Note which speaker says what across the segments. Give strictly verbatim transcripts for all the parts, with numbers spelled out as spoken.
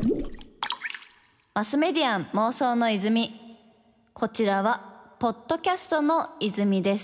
Speaker 1: マスメディアン妄想の泉。こちらはポッドキャストの泉です。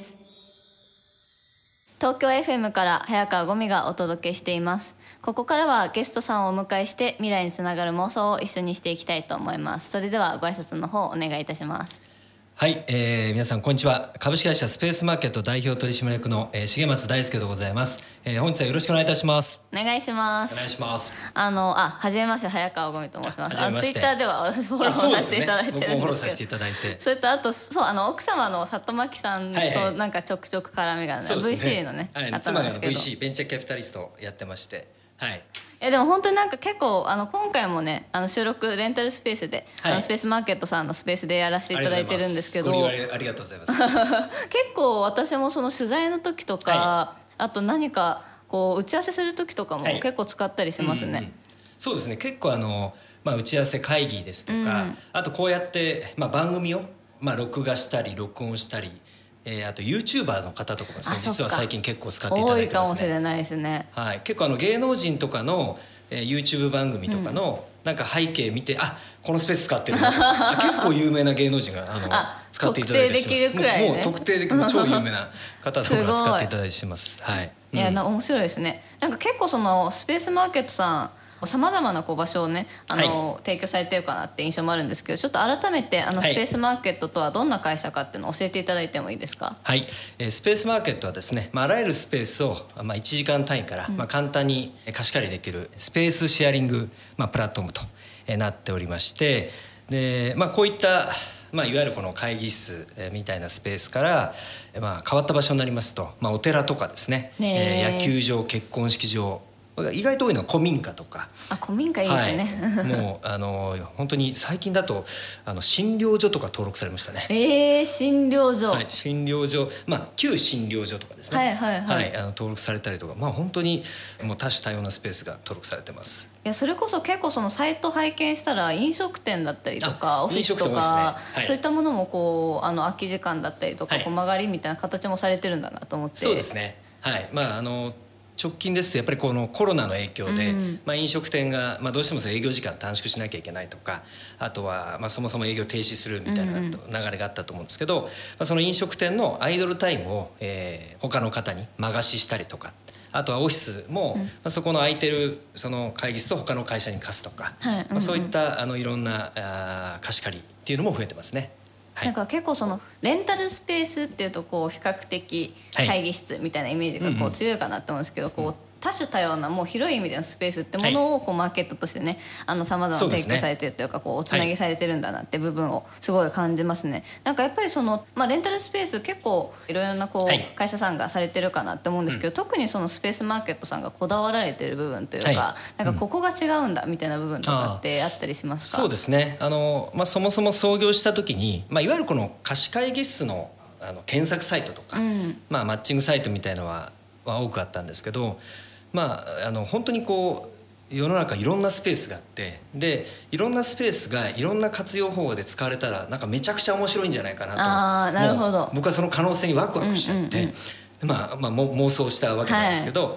Speaker 1: 東京 エフエム から早川ゴミがお届けしています。ここからはゲストさんをお迎えして未来につながる妄想を一緒にしていきたいと思います。それではご挨拶の方お願いいたします。
Speaker 2: はい、えー、皆さんこんにちは。株式会社スペースマーケット代表取締役の、えー、重松大輔でございます、えー、本日はよろしくお願いいたします。
Speaker 1: お願いします。
Speaker 2: お願いします。
Speaker 1: あのあはじめまして早川ゴミと申します。あのツイッターでは私フォローさせていただいてるんですけど、
Speaker 2: 僕もフォローさせていただいて、
Speaker 1: それとあとそうあの奥様の里巻さんとなんかちょくちょく絡みが、ね、はいはい、ブイシー のね、
Speaker 2: はい、
Speaker 1: 方なんですけど、
Speaker 2: 妻が ブイシー ベンチャーキャピタリストをやってまして、はい。
Speaker 1: いやでも本当になんか結構あの今回もねあの収録レンタルスペースで、はい、あのスペースマーケットさんのスペースでやらせていただいてるんですけど、
Speaker 2: ご利用ありがとうございます。
Speaker 1: 結構私もその取材の時とか、はい、あと何かこう打ち合わせする時とかも結構使ったりしますね、はい、うんうん、
Speaker 2: そうですね。結構あの、まあ、打ち合わせ会議ですとか、うん、あとこうやって、まあ、番組を、まあ、録画したり録音したり、えー、あと YouTuber の方とかもですね、実は最近結構使っていただいてますね。
Speaker 1: 多いかもしれないですね、
Speaker 2: はい、結構あの芸能人とかの、えー、YouTube 番組とかの、うん、なんか背景見て、あこのスペース使ってるの結構有名な芸能人があの
Speaker 1: あ
Speaker 2: 使っていただいたりします。
Speaker 1: 特定できるくらいね、
Speaker 2: もう、もう特定できる超有名な方とかが使っていただいたりします。はい、
Speaker 1: いや、面白いですね。なんか結構そのスペースマーケットさんさまざまなこう場所をねあの、はい、提供されてるかなって印象もあるんですけど、ちょっと改めてあのスペースマーケットとはどんな会社かっていうのを教えていただいてもいいですか。
Speaker 2: はい、えー、スペースマーケットはですね、まあ、あらゆるスペースを、まあ、いちじかん単位から、うん、まあ、簡単に貸し借りできるスペースシェアリング、まあ、プラットフォームと、えー、なっておりまして、で、まあ、こういったまあ、いわゆるこの会議室みたいなスペースから、まあ、変わった場所になりますと、まあ、お寺とかですね、えー、野球場、結婚式場、意外と多いのは古民家とか。
Speaker 1: あ、古民家いいですね、
Speaker 2: はい、もうあの本当に最近だとあの診療所とか登録されましたね。
Speaker 1: えー、診療所、
Speaker 2: はい、診療所、まあ、旧診療所とかですね、
Speaker 1: はいはいはい、はい、
Speaker 2: あの登録されたりとか、まあ、本当にもう多種多様なスペースが登録されてます。
Speaker 1: いやそれこそ結構そのサイト拝見したら飲食店だったりとかオフィスとか、ね、はい、そういったものもこうあの空き時間だったりとか、はい、こう曲がりみたいな形もされてるんだなと思って。
Speaker 2: そうですね、はい、まああの直近ですとやっぱりこのコロナの影響で、うん、まあ、飲食店が、まあ、どうしても営業時間短縮しなきゃいけないとか、あとは、まあ、そもそも営業停止するみたいな流れがあったと思うんですけど、うんうん、まあ、その飲食店のアイドルタイムを、えー、他の方に間貸ししたりとか、あとはオフィスも、うん、まあ、そこの空いてるその会議室を他の会社に貸すとか、はい、うんうん、まあ、そういったあのいろんなあ貸し借りっていうのも増えてますね。はい、
Speaker 1: なんか結構そのレンタルスペースっていうとこう比較的会議室みたいなイメージがこう強いかなと思うんですけど、こう多種多様なもう広い意味でのスペースってものをこうマーケットとしてねさまざまな提供されてるというかこうおつなぎされてるんだなって部分をすごい感じますね。なんかやっぱりその、まあ、レンタルスペース結構いろいろなこう会社さんがされてるかなって思うんですけど、特にそのスペースマーケットさんがこだわられてる部分というか、なんかここが違うんだみたいな部分とかってあったりしますか。
Speaker 2: そうですね、あの、まあ、そもそも創業した時に、まあ、いわゆるこの貸し会議室のあの検索サイトとか、うん、まあ、マッチングサイトみたいのは、は多くあったんですけど、まあ、あの本当にこう世の中いろんなスペースがあって、でいろんなスペースがいろんな活用方法で使われたらなんかめちゃくちゃ面白いんじゃないかなと。
Speaker 1: あ、なるほど。
Speaker 2: 僕はその可能性にワクワクしちゃって、うんうんうん、まあまあ、妄想したわけなんですけど、はい、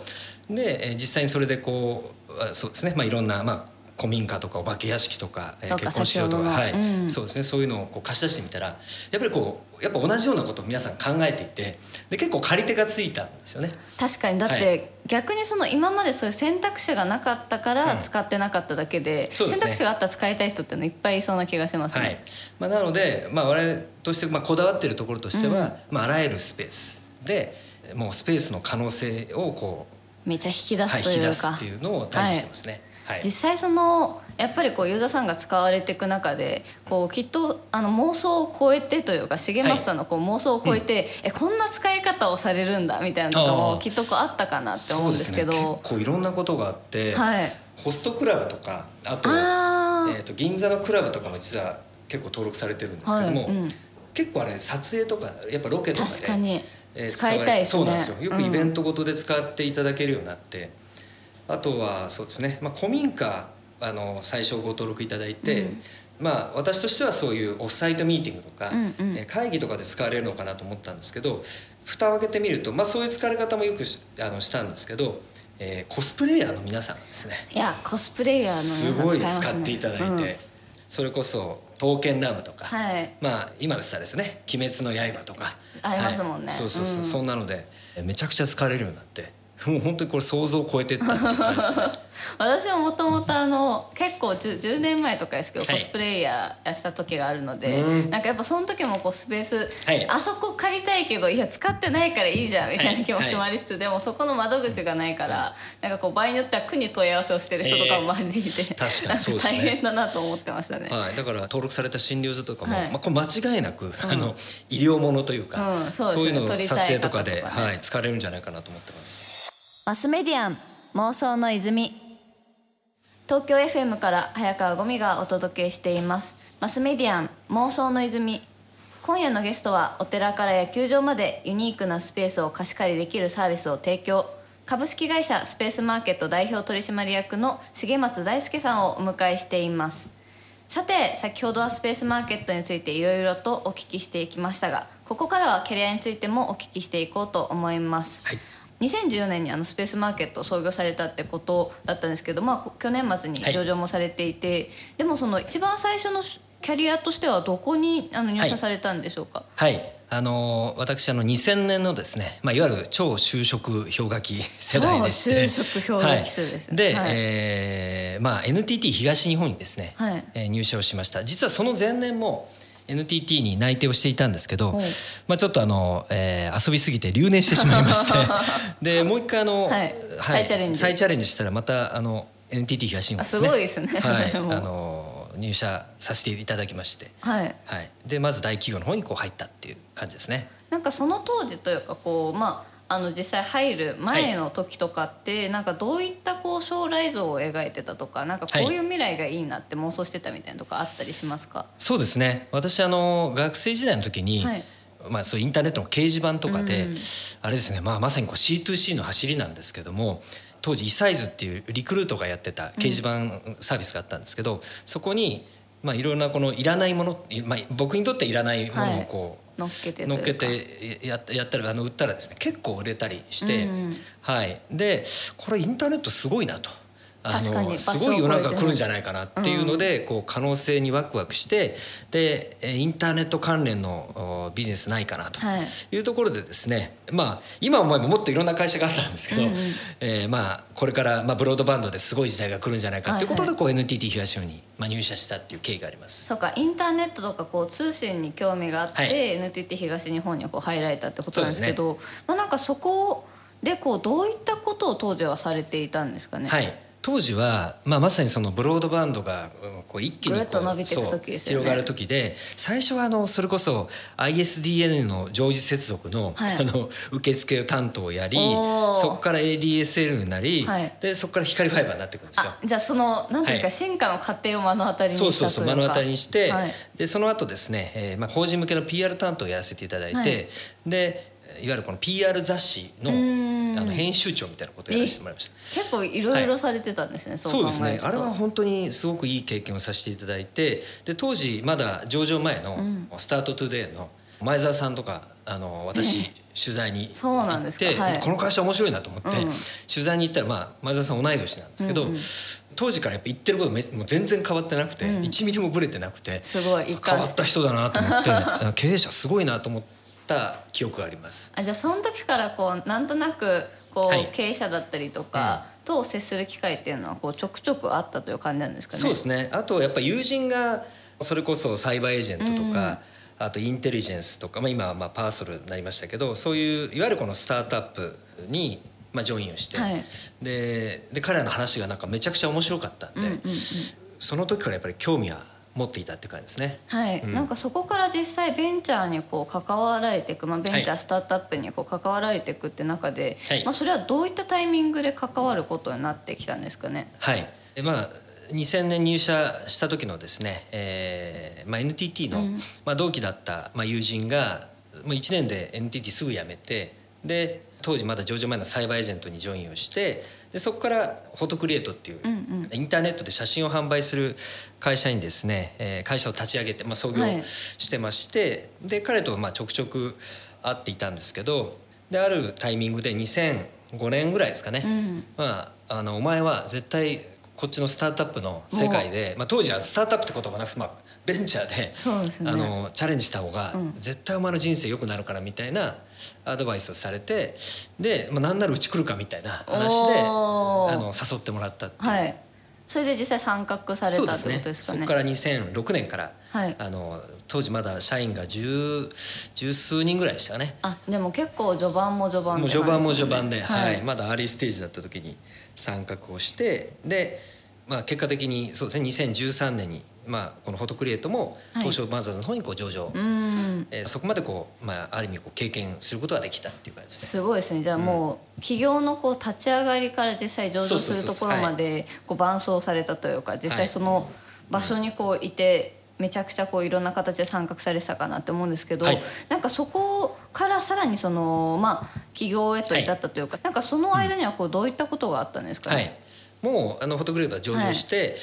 Speaker 2: で実際にそれでこうそうですね、まあ、いろんな、まあ、古民家とかお化け屋敷とか結婚式場とか、はい、うん、そうですね、そういうのをこう貸し出してみたらやっぱりこうやっぱ同じようなことを皆さん考えていて、で結構借り手がついたんですよね。
Speaker 1: 確かに、だって、はい、逆にその今までそういう選択肢がなかったから使ってなかっただけで、うん、選択肢があったら使いたい人ってのいっぱいいそうな気がしますね。はい、
Speaker 2: まあ、なので、まあ、我々として、まあ、こだわっているところとしては、うん、まあ、あらゆるスペースでもうスペースの可能性をこう
Speaker 1: めちゃ引き出すというか、はい、引き出す
Speaker 2: っていうのを大事にしてますね。はい
Speaker 1: はい、実際そのやっぱりこうユーザーさんが使われていく中でこうきっとあの妄想を超えてというか重松さんのこう妄想を超えて、はい、うん、えこんな使い方をされるんだみたいなのとかもきっとこうあったかなって思うんですけど。
Speaker 2: そうですね、結構いろんなことがあって、はい、ホストクラブとかあと、
Speaker 1: あ、
Speaker 2: えー、と銀座のクラブとかも実は結構登録されてるんですけども、はい、うん、結構あれ撮影とかやっぱロケとかで
Speaker 1: 確かに使いたいですね。
Speaker 2: そうなんですよ。よくイベントごとで使っていただけるようになって、うん、あとはそうですね、まあ、古民家あの最初ご登録いただいて、うん、まあ、私としてはそういうオフサイトミーティングとか、うんうん、会議とかで使われるのかなと思ったんですけど、蓋を開けてみると、まあ、そういう使われ方もよく し, あのしたんですけど、 えー、コスプレイヤーの皆さんですね。
Speaker 1: いやコスプレイヤーの
Speaker 2: すごい使っていただいて、うん、それこそ刀剣乱舞とか、はい、まあ今でしたらですね鬼滅の刃とか
Speaker 1: ありますもんね、
Speaker 2: はい、そうそうそう、うん、そんなのでめちゃくちゃ使われるようになって、もう本当にこれ想像を超えてったっていう感じですね。
Speaker 1: 私ももともとあの結構 10, じゅうねんまえとかですけど、はい、コスプレイヤーやした時があるので、うん、なんかやっぱその時もこうスペース、はい、あそこ借りたいけどいや使ってないからいいじゃんみたいな気持ちもありつつ、はい、でもそこの窓口がないから、はい、なんかこう場合によっては区に問い合わせをしてる人とかも周りにいて、えー、確かにそうですね、大変だなと思ってましたね、
Speaker 2: はい、だから登録された診療所とかも、はい、まあ、これ間違いなく、うん、あの医療ものというか、うん、そうですね、そういうのを撮影とかで、ね、はい、使われるんじゃないかなと思ってます。
Speaker 1: マスメディアン妄想の泉、東京 エフエム から早川ゴミがお届けしていますマスメディアン妄想の泉。今夜のゲストはお寺から野球場までユニークなスペースを貸し借りできるサービスを提供、株式会社スペースマーケット代表取締役の重松大輔さんをお迎えしています。さて先ほどはスペースマーケットについていろいろとお聞きしていきましたが、ここからはキャリアについてもお聞きしていこうと思います、はい。にせんじゅうよねんにあのスペースマーケットを創業されたってことだったんですけど、まあ、去年末に上場もされていて、はい、でもその一番最初のキャリアとしてはどこにあの入社されたんでしょうか。
Speaker 2: はい、はい、あの私あのにせんねんのですね、まあ、いわゆる超就職氷河期世代でして、
Speaker 1: 超就職氷河期世代ですね、
Speaker 2: はい、で、
Speaker 1: はい、
Speaker 2: えーまあ、エヌティーティー 東日本にですね、はい、えー、入社をしました。実はその前年もエヌティーティー に内定をしていたんですけど、まあ、ちょっとあの、えー、遊びすぎて留年してしまいましてでもう一回あの、はいはい、再チャレンジ再チャレンジしたらまたあの エヌティーティー 東日本ですね、
Speaker 1: すごいですね、
Speaker 2: はい、あの入社させていただきまして、はいはい、でまず大企業の方にこう入ったっていう感じですね。
Speaker 1: なんかその当時というかこう、まああの実際入る前の時とかって、はい、なんかどういったこう将来像を描いてたとか、なんかこういう未来がいいなって妄想してたみたいなとかあったりしますか。はい、
Speaker 2: そうですね、私あの学生時代の時に、はい、まあ、そういうインターネットの掲示板とかで、うん、あれですね、まあ、まさにこう シーツーシー の走りなんですけども、当時イサイズっていうリクルートがやってた掲示板サービスがあったんですけど、うん、そこにまあいろんなこのいらないもの、まあ、僕にとっていらないものをこう、はい、
Speaker 1: 乗っけて
Speaker 2: 乗っけて や, やったらあの売ったらですね結構売れたりして、うん、はい、でこれインターネットすごいなと、あのすごい世の中来るんじゃないかなっていうので、うん、こう可能性にワクワクして、でインターネット関連のビジネスないかなというところでですね、はい、まあ今思えばもっといろんな会社があったんですけど、うんうん、えー、まあこれからまあブロードバンドですごい時代が来るんじゃないかということでこう エヌティーティー 東日本にまあ入社したっていう経緯があります。
Speaker 1: そうか、インターネットとかこう通信に興味があって、はい、エヌティーティー 東日本にこう入られたってことなんですけど、ね、まあ、なんかそこでこうどういったことを当時はされていたんですかね。
Speaker 2: はい、当時は、まあ、まさにそのブロードバンドがこう一気にこう
Speaker 1: ぐっと伸びていく時ですよね。
Speaker 2: 広がる時で、最初はあのそれこそ アイエスディーエヌ の常時接続 の,、はい、あの受付担当をやり、そこから エーディーエスエル になり、はい、でそこから光ファイバーになっていくんですよ。
Speaker 1: あ、じゃあその何ですか、はい、進化の過程を目の当たりにしたというか。
Speaker 2: そうそうそう、目の当たりにして、はい、でその後ですね、えーまあ、法人向けの ピーアール 担当をやらせていただいて、はい、でいわゆるこの ピーアール 雑誌 の, あの編集長みたいなことをやらせてもらいました。
Speaker 1: 結構いろいろされてたんですね、はい、そう考えると。
Speaker 2: そうですね、あれは本当にすごくいい経験をさせていただいて、で当時まだ上場前のスタートトゥデイの前澤さんとかあの私取材に行って、そうなんですか、はい、この会社面白いなと思って、うん、取材に行ったら、まあ、前澤さん同い年なんですけど、うんうん、当時からやっぱ言ってることめもう全然変わってなくて、うん、いちミリもブレてなくて、
Speaker 1: すごい
Speaker 2: 変わった人だなと思って経営者すごいなと思った記憶があります。
Speaker 1: あ、じゃあその時からこうなんとなくこう、はい、経営者だったりとか、うん、と接する機会っていうのはこうちょくちょくあったという感じなんですかね。
Speaker 2: そうですね、あとやっぱ友人がそれこそサイバーエージェントとか、うん、あとインテリジェンスとか、まあ、今はまあパーソルになりましたけど、そういういわゆるこのスタートアップにまあジョインをして、はい、で, で彼らの話がなんかめちゃくちゃ面白かったんで、うんうんうん、その時からやっぱり興味は持っていたって感じですね。
Speaker 1: はい、うん、なんかそこから実際ベンチャーにこう関わられていく、まあ、ベンチャースタートアップにこう関わられていくって中で、はい、まあ、それはどういったタイミングで関わることになってきたんですかね。
Speaker 2: はい、まあにせんねん入社した時のですね、えーまあ、エヌティーティー の、うんまあ、同期だった、まあ、友人がもういちねんで エヌティーティー すぐ辞めて、で当時まだ上場前のサイバーエージェントにジョインをして、でそこからフォトクリエイトっていう、うんうん、インターネットで写真を販売する会社にですね、えー、会社を立ち上げて、まあ、創業してまして、はい、で彼とまあちょくちょく会っていたんですけど、であるタイミングでにせんごねんぐらいですかね、
Speaker 1: うん、
Speaker 2: まあ、あのお前は絶対こっちのスタートアップの世界で、まあ、当時はスタートアップってこともなくて、まあ、ベンチャーで、
Speaker 1: そうですね、
Speaker 2: あのチャレンジした方が絶対お前の人生良くなるからみたいなアドバイスをされて、で、まあ、なんならうち来るかみたいな話であの誘ってもらったっていう、
Speaker 1: はい、それで実際参画されたってことですかね。
Speaker 2: そうですね、そこからにせんろくねんから、
Speaker 1: はい、
Speaker 2: あの当時まだ社員が十十数人ぐらいでしたね。
Speaker 1: あ、でも結構序盤も序盤
Speaker 2: で、ね、もう序盤も序盤で、
Speaker 1: はい、
Speaker 2: はい、まだアーリーステージだった時に参画をして、で、まあ、結果的にそうですねにせんじゅうさんねんに、まあ、このフォトクリエイトも東証マザーズの方にこう上場、はい、えー、そこまでこう、まあ、ある意味こう経験することができたっていう感じですね。
Speaker 1: すごいですね。じゃあもう企業のこう立ち上がりから実際上場するところまでこう伴走されたというか、実際その場所にこういてめちゃくちゃこういろんな形で参画されてたかなって思うんですけど、はい、なんかそこからさらにその、まあ、起業へと至ったというか、はい、なんかその間にはこうどういったことがあったんですかね。はい、
Speaker 2: もうあのフォトグループは上場して、はい、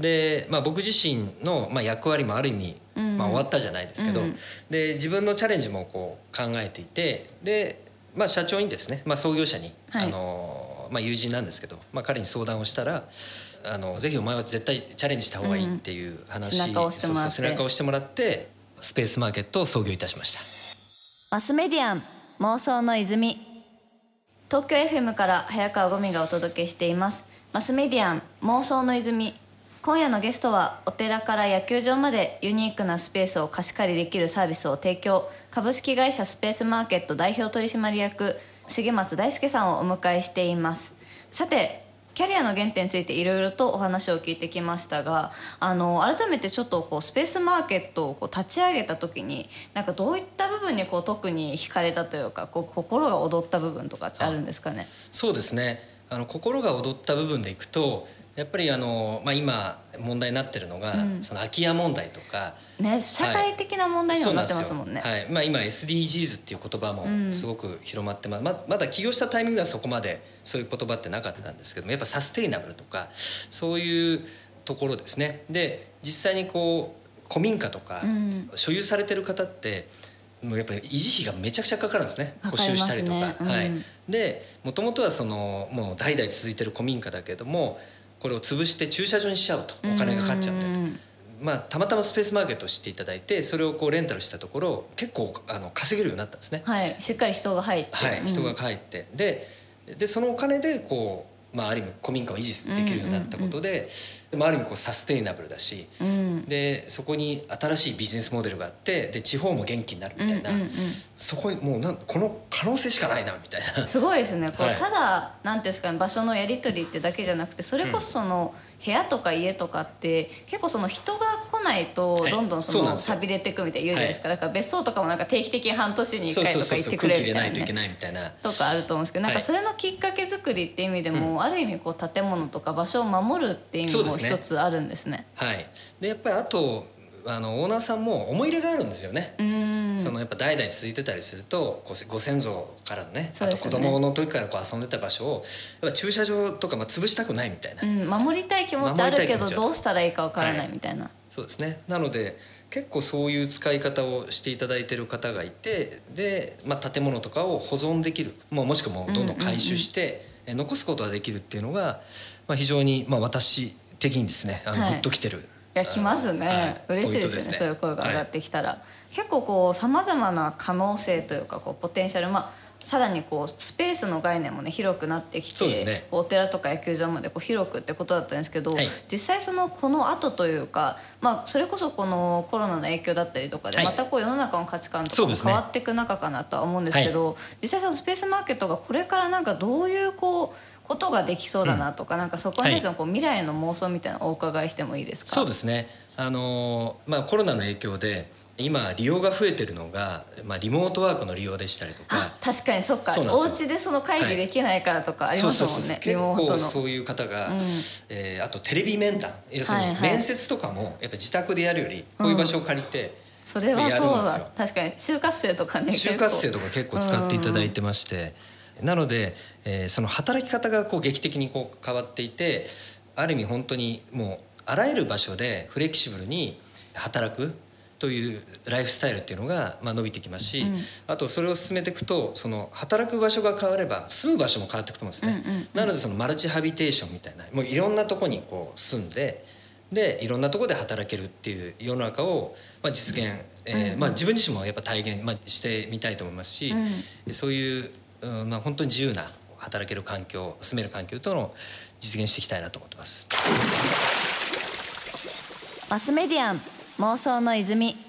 Speaker 2: で、まあ、僕自身の、まあ、役割もある意味、うん、まあ、終わったじゃないですけど、うん、で自分のチャレンジもこう考えていて、で、まあ、社長にですね、まあ、創業者に、はい、あのまあ、友人なんですけど、まあ、彼に相談をしたら、あのぜひお前は絶対チャレンジした方がいいっていう話、
Speaker 1: うん、背中を押してもらって
Speaker 2: そうそう背中を押してもらってスペースマーケットを創業いたしました。
Speaker 1: マスメディアン妄想の泉、東京 エフエム から早川ゴミがお届けしていますマスメディアン妄想の泉。今夜のゲストはお寺から野球場までユニークなスペースを貸し借りできるサービスを提供、株式会社スペースマーケット代表取締役重松大輔さんをお迎えしています。さて、キャリアの原点についていろいろとお話を聞いてきましたが、あの改めてちょっとこうスペースマーケットをこう立ち上げた時になんかどういった部分にこう特に惹かれたというか、こう心が躍った部分とかってあるんですかね。
Speaker 2: そうですね、あの心が躍った部分でいくとやっぱりあの、まあ、今問題になってるのが、うん、その空き家問題とか、
Speaker 1: ね、社会的な問題にもなってますもんね。
Speaker 2: はい、まあ、今 エスディージーズ っていう言葉もすごく広まってます、うん、ま, まだ起業したタイミングではそこまでそういう言葉ってなかったんですけども、やっぱサステイナブルとかそういうところですね。で実際にこう古民家とか所有されてる方って、もうやっぱり維持費がめちゃくちゃかかるんですね。補修したりとか、うん、はい、でもともとはそのもう代々続いてる古民家だけども、これを潰して駐車場にしちゃうとお金がかかっちゃうんで、まあ、たまたまスペースマーケットを知っていただいて、それをこうレンタルしたところ結構あの稼げるようになったんですね。
Speaker 1: はい、しっかり人が入って、
Speaker 2: はい、人が入って、うん、で, でそのお金でこう、まあ、ある意味古民家を維持できるようになったことで、うんうんうん、でもある意味こうサステイナブルだし、うん、でそこに新しいビジネスモデルがあって、で地方も元気になるみたいな、うんうんうん、そこにもうなんこの可能性しかないなみたいな。
Speaker 1: すごいですね。こう、はい、ただなんていうんですかね、場所のやり取りってだけじゃなくて、それこそその、うん部屋とか家とかって結構その人が来ないとどんどんその寂れていくみたいな言うじゃないですか。だから別荘とかもなんか定期的に半年にいっかいとか行ってくれみたいなとかあると思うんですけど、なんかそれのきっかけ作りっていう意味でも、ある意味こう建物とか場所を守るっていう意味も一つあるんですね。
Speaker 2: はい、でやっぱりあとあのオーナーさんも思い入れがあるんですよね。うんそのやっぱ代々続いてたりすると、こうご先祖からの ね, ねあと子供の時からこう遊んでた場所をやっぱ駐車場とかまあ潰したくないみたいな、
Speaker 1: うん、守りたい気持ちあるけどどうしたらいいかわからないみたいな、はい、
Speaker 2: そうですね。なので結構そういう使い方をしていただいてる方がいて、で、まあ、建物とかを保存できる、もうもしくはもうどんどん回収して、うんうんうん、残すことができるっていうのが、まあ、非常に、まあ、私的にですね、あの、はい、グッときてる。
Speaker 1: いや来ますね、はい、嬉しいですよ ね, ですねそういう声が上がってきたら、はい、結構こうさまざまな可能性というかこうポテンシャル、まあ、さらにこうスペースの概念もね広くなってきて、ね、お寺とか野球場までこう広くってことだったんですけど、はい、実際そのこの後というか、まあ、それこそこのコロナの影響だったりとかでまたこう世の中の価値観とかも変わっていく中かなとは思うんですけど、はい、実際そのスペースマーケットがこれからなんかどういうこうことができそうだなとか、うん、なんかそこに対してのこう未来の妄想みたいなのをお伺いしてもいいですか。
Speaker 2: そうですね、あのーまあ、コロナの影響で今利用が増えてるのが、まあ、リモートワークの利用でしたりとか。
Speaker 1: あ確かにそっか、お家でその会議できないからとかありますもんね。
Speaker 2: 結構そういう方が、うんえー、あとテレビ面談、要するに面接とかもやっぱ自宅でやるよりこういう場所を借りて、うん、
Speaker 1: それはそうだ、確かに就活生とかね
Speaker 2: 就活生とか結構使っていただいてまして、うん、なので、えー、その働き方がこう劇的にこう変わっていて、ある意味本当にもうあらゆる場所でフレキシブルに働くというライフスタイルっていうのがまあ伸びてきますし、
Speaker 1: うん、
Speaker 2: あとそれを進めていくとその働く場所が変われば住む場所も変わっていくと思うんですね、
Speaker 1: うんうんうん、
Speaker 2: なのでそのマルチハビテーションみたいなもういろんなとこにこう住んででいろんなとこで働けるっていう世の中をまあ実現、えーまあ、自分自身もやっぱ体現、まあ、してみたいと思いますし、うん、そういう、うんまあ、本当に自由な働ける環境住める環境というのを実現していきたいなと思ってます。
Speaker 1: マスメディアン妄想の泉。